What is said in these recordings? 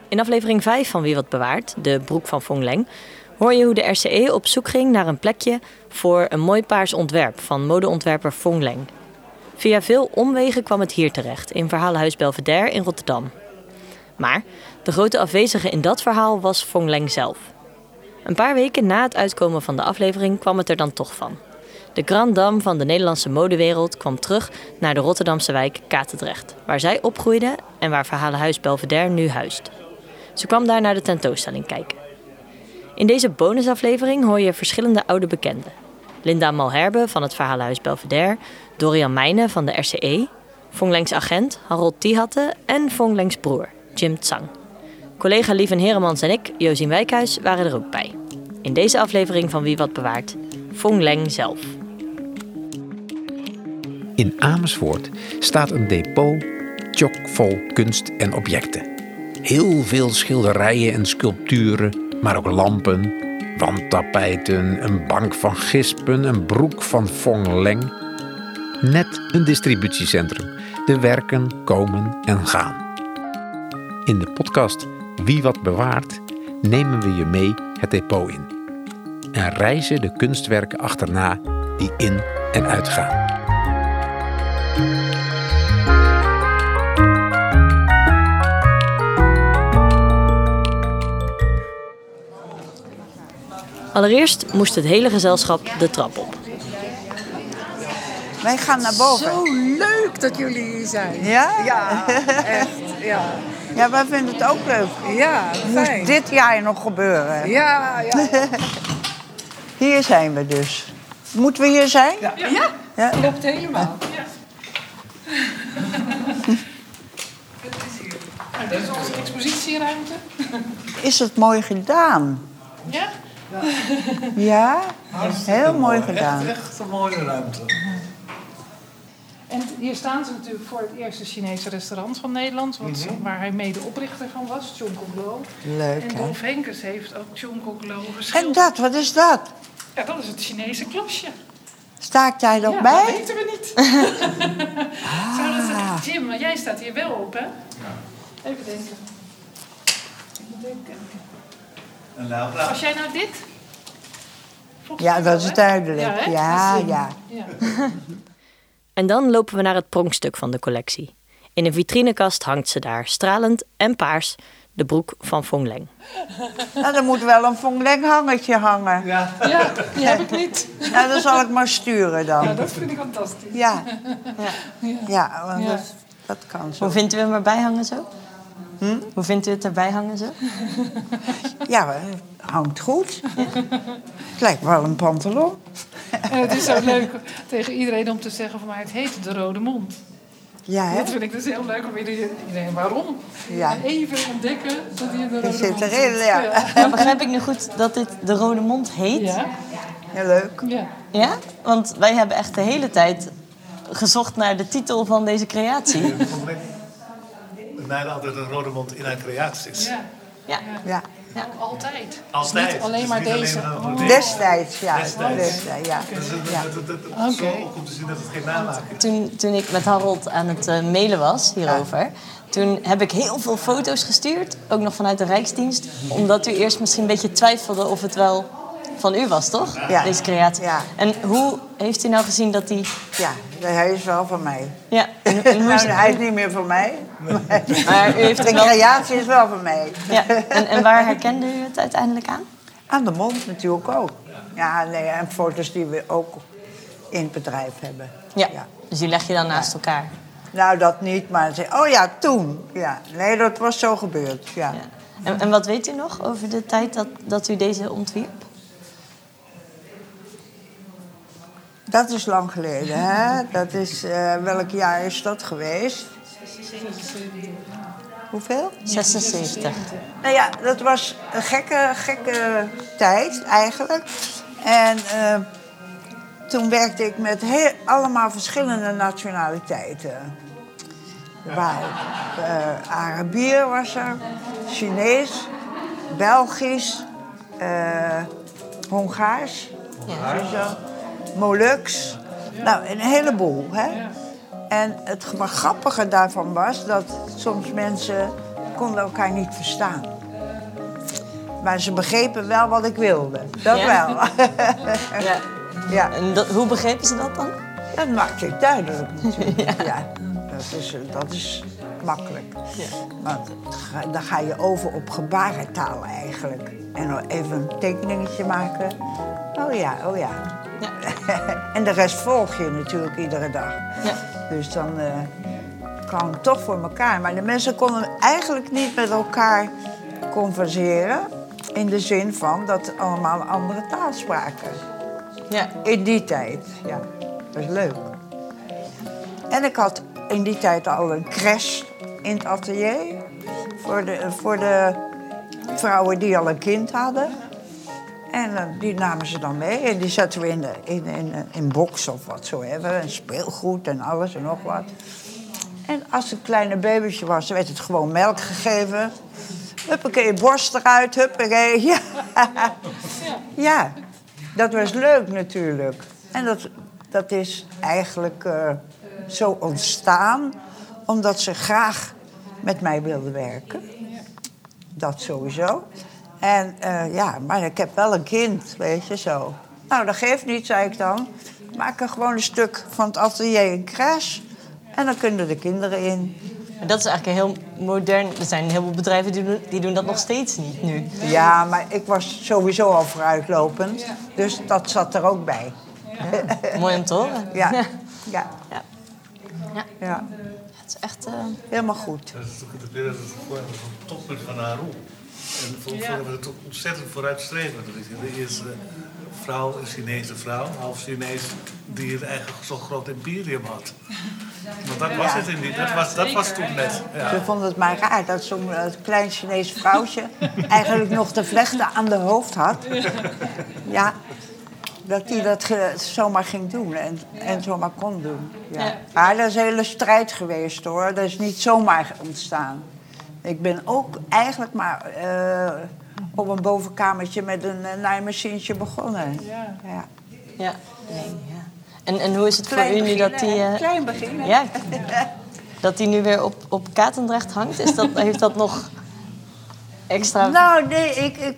In aflevering 5 van Wie Wat Bewaart, de broek van Phong Leng, hoor je hoe de RCE op zoek ging naar een plekje voor een mooi paars ontwerp van modeontwerper Phong Leng. Via veel omwegen kwam het hier terecht, in Verhalenhuis Belvedere in Rotterdam. Maar de grote afwezige in dat verhaal was Phong Leng zelf. Een paar weken na het uitkomen van de aflevering kwam het er dan toch van. De Grande Dame van de Nederlandse modewereld kwam terug naar de Rotterdamse wijk Katendrecht, waar zij opgroeide en waar Verhalenhuis Belvedere nu huist. Ze kwam daar naar de tentoonstelling kijken. In deze bonusaflevering hoor je verschillende oude bekenden. Linda Malherbe van het Verhalenhuis Belvedere, Dorian Mijnen van de RCE, Phong Lengs agent Harold Thiehatte en Phong Lengs broer, Jim Tsang. Collega Lieven Heremans en ik, Josien Wijkhuis, waren er ook bij. In deze aflevering van Wie Wat Bewaart, Phong Leng zelf. In Amersfoort staat een depot chockvol kunst en objecten. Heel veel schilderijen en sculpturen, maar ook lampen, wandtapijten, een bank van gispen, een broek van Phong Leng. Net een distributiecentrum. De werken komen en gaan. In de podcast Wie Wat Bewaart nemen we je mee het depot in. En reizen de kunstwerken achterna die in en uitgaan. Allereerst moest het hele gezelschap de trap op. Wij gaan naar boven. Zo leuk dat jullie hier zijn. Ja? Ja, echt. Ja, Ja, wij vinden het ook leuk. ja fijn. Moest dit jaar nog gebeuren. Ja, ja. Hier zijn we dus. Moeten we hier zijn? Ja, Ja. klopt helemaal. Ja. Dit is onze expositieruimte. Is het mooi gedaan? Ja? Ja? Heel mooi gedaan. Echt een mooie ruimte. En hier staan ze natuurlijk voor het eerste Chinese restaurant van Nederland, waar hij medeoprichter van was, Chong Kok Lo. Leuk, En hè? Dolf Henkes heeft ook Chong Kok Lo geschilderd. En dat, wat is dat? Ja, dat is het Chinese klasje. Sta ik daar nog Ja, bij? dat weten we niet. Zou dat Jim, maar jij staat hier wel op, hè? Ja. Even denken. En Laura? Was jij nou dit? Volgens Ja, mij dat wel, is hè? duidelijk. hè? Ja, Dat is ja. ja. En dan lopen we naar het pronkstuk van de collectie. In een vitrinekast hangt ze daar, stralend en paars, de broek van Phong Leng. Nou, er moet wel een Phong Leng hangertje hangen. Ja. Ja, die heb ik niet. Nou, dat zal ik maar sturen Ja, dan. dat vind ik fantastisch. Ja. Ja, want Ja. dat kan zo. Hoe vindt u hem erbij hangen zo? Hoe vindt u het erbij hangen zo? Ja, het hangt goed. Het lijkt wel een pantalon. En het is zo leuk tegen iedereen om te zeggen van mij, het heet de Rode Mond. Ja, hè? Dat vind ik dus heel leuk om iedereen waarom? Ja. En even ontdekken dat hij in de Rode zit Mond erin, zit. ja. Ja, begrijp ik nu goed dat dit de Rode Mond heet? Ja. Heel leuk. Ja. Ja? Want wij hebben echt de hele tijd gezocht naar de titel van deze creatie. We mijden altijd een rode mond in haar creaties. Ja. Ja. Ja. Altijd. Altijd. Niet alleen Dus maar niet alleen deze. maar Oh. Destijds, ja. Destijds. Ja. Ja. Zo ook om te zien dat het geen namaak is. Toen ik met Harold aan het mailen was hierover, toen heb ik heel veel foto's gestuurd, ook nog vanuit de Rijksdienst, omdat u eerst misschien een beetje twijfelde of het wel van u was, toch? Ja. Deze creatie. Ja. En hoe heeft u nou gezien dat die... Ja, hij is wel van mij. Ja, en hoe is Nou, hij is niet meer van mij. Maar u heeft De het wel... creatie is wel van mij. Ja. En waar herkende u het uiteindelijk aan? Aan de mond natuurlijk ook. Ja, nee, en foto's die we ook in het bedrijf hebben. Ja. Dus die leg je dan naast elkaar. Nou, dat niet, maar oh ja, toen. Ja. Nee, dat was zo gebeurd. Ja. Ja. En wat weet u nog over de tijd dat u deze ontwierp? Dat is lang geleden, hè? Dat is, welk jaar is dat geweest? Hoeveel? 76. Nou ja, dat was een gekke tijd eigenlijk. En toen werkte ik met allemaal verschillende nationaliteiten. Wauw. Arabier was er, Chinees, Belgisch, Hongaars, Moluks. Nou, een heleboel, hè. En het grappige daarvan was dat soms mensen konden elkaar niet verstaan. Maar ze begrepen wel wat ik wilde. Dat wel. Ja. Ja. En hoe begrepen ze dat dan? Dat maakte ik duidelijk natuurlijk. Ja. Dat is makkelijk. Ja. Want dan ga je over op gebarentaal eigenlijk. En dan even een tekeningetje maken. Oh ja. Ja. En de rest volg je natuurlijk iedere dag. Ja. Dus dan kwam het toch voor elkaar. Maar de mensen konden eigenlijk niet met elkaar converseren. In de zin van dat ze allemaal een andere taal spraken. Ja. In die tijd, ja. Dat is leuk. En ik had in die tijd al een crash in het atelier. Voor de vrouwen die al een kind hadden. En die namen ze dan mee. En die zetten we in box of wat zo even. En speelgoed en alles en nog wat. En als het een kleine babytje was, dan werd het gewoon melk gegeven. Huppakee, borst eruit, huppakee. Ja. Ja, dat was leuk natuurlijk. En dat is eigenlijk zo ontstaan omdat ze graag met mij wilden werken. Dat sowieso. En maar ik heb wel een kind, weet je zo. Nou, dat geeft niet, zei ik dan. Maak er gewoon een stuk van het atelier een crash. En dan kunnen de kinderen in. En dat is eigenlijk een heel modern... Er zijn heel veel bedrijven die doen dat nog steeds niet nu. Ja, maar ik was sowieso al vooruitlopend. Dus dat zat er ook bij. Ja, mooi om te horen. Ja. Ja. Ja. Ja. Ja. Ja. Het is echt... Helemaal goed. Dat is natuurlijk weer een toppunt van haar rol. En voor hebben we het ook ontzettend vooruitstrevend. De eerste vrouw, een Chinese vrouw, half Chinees, die het eigenlijk zo'n groot imperium had. Want dat was het in die, dat was toen net. Ja. Ze vonden het maar raar dat zo'n klein Chinees vrouwtje eigenlijk nog de vlechten aan de hoofd had. Ja, dat hij dat zomaar ging doen en zomaar kon doen. Ja. Ja. Maar dat is een hele strijd geweest hoor, dat is niet zomaar ontstaan. Ik ben ook eigenlijk maar op een bovenkamertje met een naaimachientje begonnen. Ja. Ja. Ja. Nee, ja. En hoe is het voor u nu dat die... Klein begin, hè? Ja, dat die nu weer op Katendrecht hangt? Heeft dat nog extra... Nou, nee,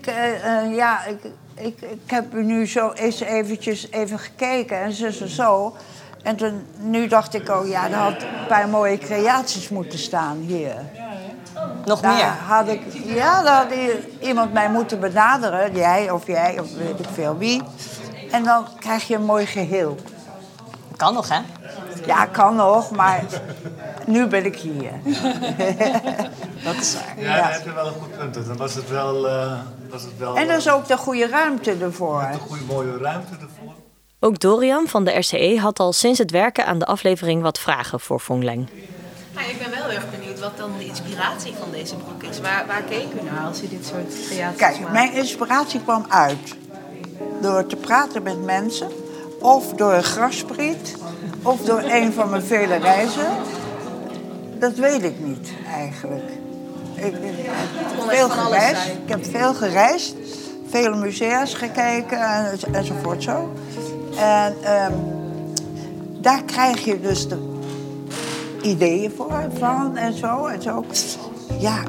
ik heb nu zo eens even gekeken en zo. En nu dacht ik, oh ja, er had een paar mooie creaties moeten staan hier. Nog Daar meer? daar had iemand mij moeten benaderen, jij of weet ik veel wie. En dan krijg je een mooi geheel. Kan nog, hè? Ja, kan nog, maar nu ben ik hier. Dat is waar. Ja, daar heb je wel een goed punt. Dan was het wel... En er is ook de goede ruimte ervoor. een goede mooie ruimte ervoor. Ook Dorian van de RCE had al sinds het werken aan de aflevering wat vragen voor Phong Leng. Nou, ik ben wel erg benieuwd wat dan de inspiratie van deze broek is. Waar keek u naar als u dit soort creaties Kijk, maakt? mijn inspiratie kwam uit door te praten met mensen, of door een graspriet, of door een van mijn vele reizen. Dat weet ik niet eigenlijk. Ik heb veel gereisd. Ik heb veel gereisd, vele musea's gekeken enzovoort zo. En daar krijg je dus de ideeën van en zo. Ja,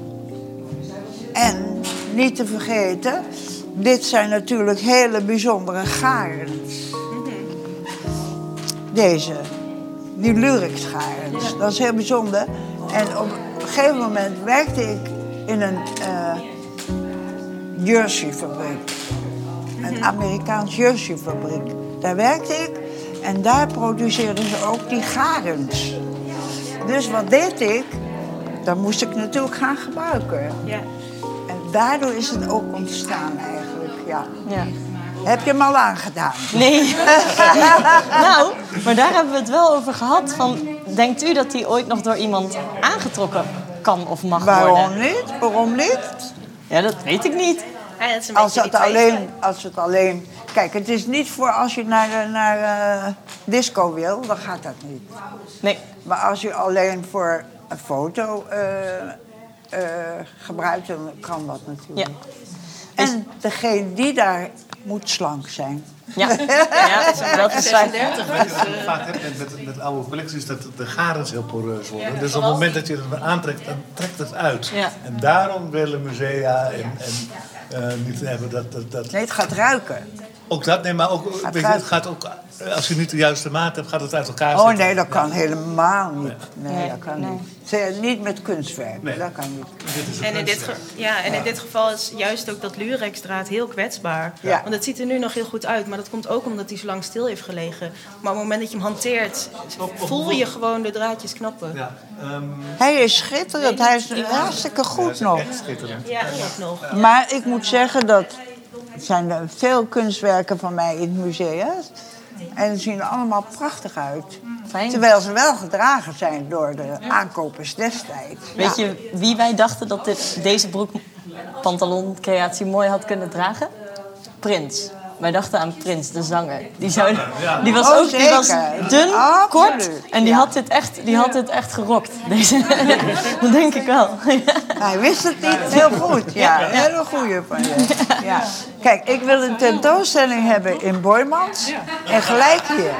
en niet te vergeten, dit zijn natuurlijk hele bijzondere garens. Die Lurex-garens, dat is heel bijzonder. En op een gegeven moment werkte ik in een jerseyfabriek. Een Amerikaans jerseyfabriek. Daar werkte ik en daar produceerden ze ook die garens. Dus wat deed ik? Dat moest ik natuurlijk gaan gebruiken. Ja. En daardoor is het ook ontstaan eigenlijk, ja. Ja. Heb je hem al aangedaan? Nee. Nou, maar daar hebben we het wel over gehad. Denkt u dat die ooit nog door iemand aangetrokken kan of mag worden? Waarom niet? Ja, dat weet ik niet. Ja, dat is een Als beetje het alleen... Kijk, het is niet voor als je naar disco wil, dan gaat dat niet. Nee. Maar als je alleen voor een foto gebruikt, dan kan dat natuurlijk. Ja. En degene die daar moet slank zijn. Ja, dat is waar. 36. Vaak met oude collecties dat de garens heel poreus worden. Dus op het moment dat je het aantrekt, dan trekt het uit. Ja. En daarom willen musea niet hebben dat... Nee, het gaat ruiken. Ook dat, nee, maar ook, weet je, het gaat ook, als je niet de juiste maat hebt, gaat het uit elkaar Oh zitten. nee, dat kan helemaal niet. Nee, dat kan niet. Niet met kunstwerk, Nee. dat kan niet. Dit is een En kunstwerk. in dit geval is juist ook dat Lurex-draad heel kwetsbaar. Ja. Want het ziet er nu nog heel goed uit, maar dat komt ook omdat hij zo lang stil heeft gelegen. Maar op het moment dat je hem hanteert, voel je gewoon de draadjes knappen. Ja, Hij is schitterend, hij is hartstikke goed nog. echt schitterend. Ja, ook nog. Maar ik moet zeggen dat er zijn veel kunstwerken van mij in het museum. En ze zien er allemaal prachtig uit. Fijn. Terwijl ze wel gedragen zijn door de aankopers destijds. Weet je wie wij dachten dat deze broek-pantalon-creatie mooi had kunnen dragen? Prins. Wij dachten aan Prins, de zanger. Die was Oh, ook die was zeker. dun, Absoluut. kort en die had dit echt gerokt. Deze. Dat denk ik wel. Hij wist het niet heel goed. Ja, een hele goeie van je. Ja. Kijk, ik wil een tentoonstelling hebben in Boijmans en gelijk hier.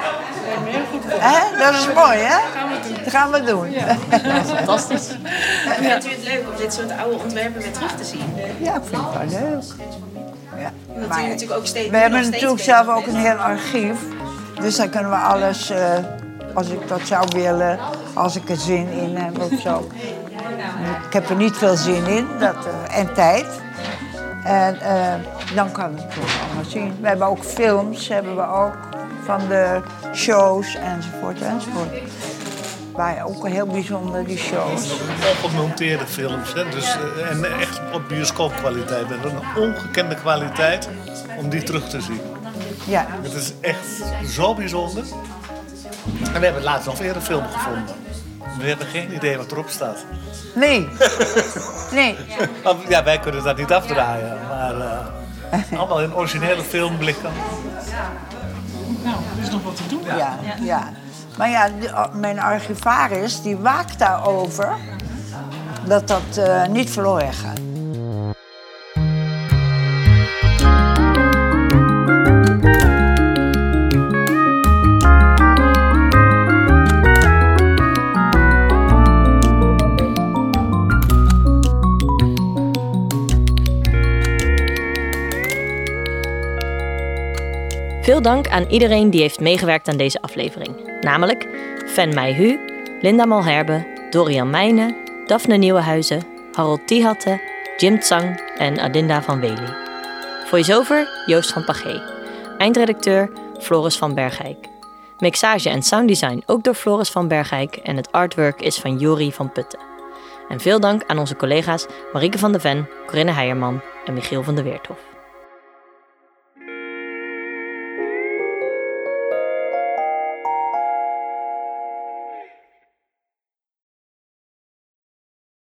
Dat is mooi, hè? Dat gaan we doen. Fantastisch. Vindt u het leuk om dit soort oude ontwerpen weer terug te zien? Ja, ik vind het wel leuk. Ja. Omdat Maar u natuurlijk ook steeds, we hebben nog steeds natuurlijk bezig zelf ook bent. een heel archief. Dus dan kunnen we alles, als ik dat zou willen, als ik er zin in heb of zo. Ik heb er niet veel zin in en tijd. En dan kan ik het toch allemaal zien. We hebben ook films, hebben we ook, van de shows enzovoort enzovoort. Waren ook heel bijzonder, die shows. Ongemonteerde films, hè? Dus, en echt op bioscoopkwaliteit. Dat is een ongekende kwaliteit om die terug te zien. Ja. Het is echt zo bijzonder. En we hebben laatst nog weer een film gevonden. We hebben geen idee wat erop staat. Nee. Nee. Ja, wij kunnen dat niet afdraaien, maar allemaal in originele filmblikken. Nou, er is nog wat te doen. Ja. Maar ja, mijn archivaris die waakt daarover dat niet verloren gaat. Veel dank aan iedereen die heeft meegewerkt aan deze aflevering. Namelijk Fen Meijhu, Linda Malherbe, Dorian Meijnen, Daphne Nieuwenhuizen, Harold Tihatte, Jim Tsang en Adinda van Wely. Voice-over Joost van Pagé. Eindredacteur Floris van Bergijk. Mixage en sounddesign ook door Floris van Bergijk en het artwork is van Jori van Putten. En veel dank aan onze collega's Marieke van de Ven, Corinne Heijerman en Michiel van de Weerthof.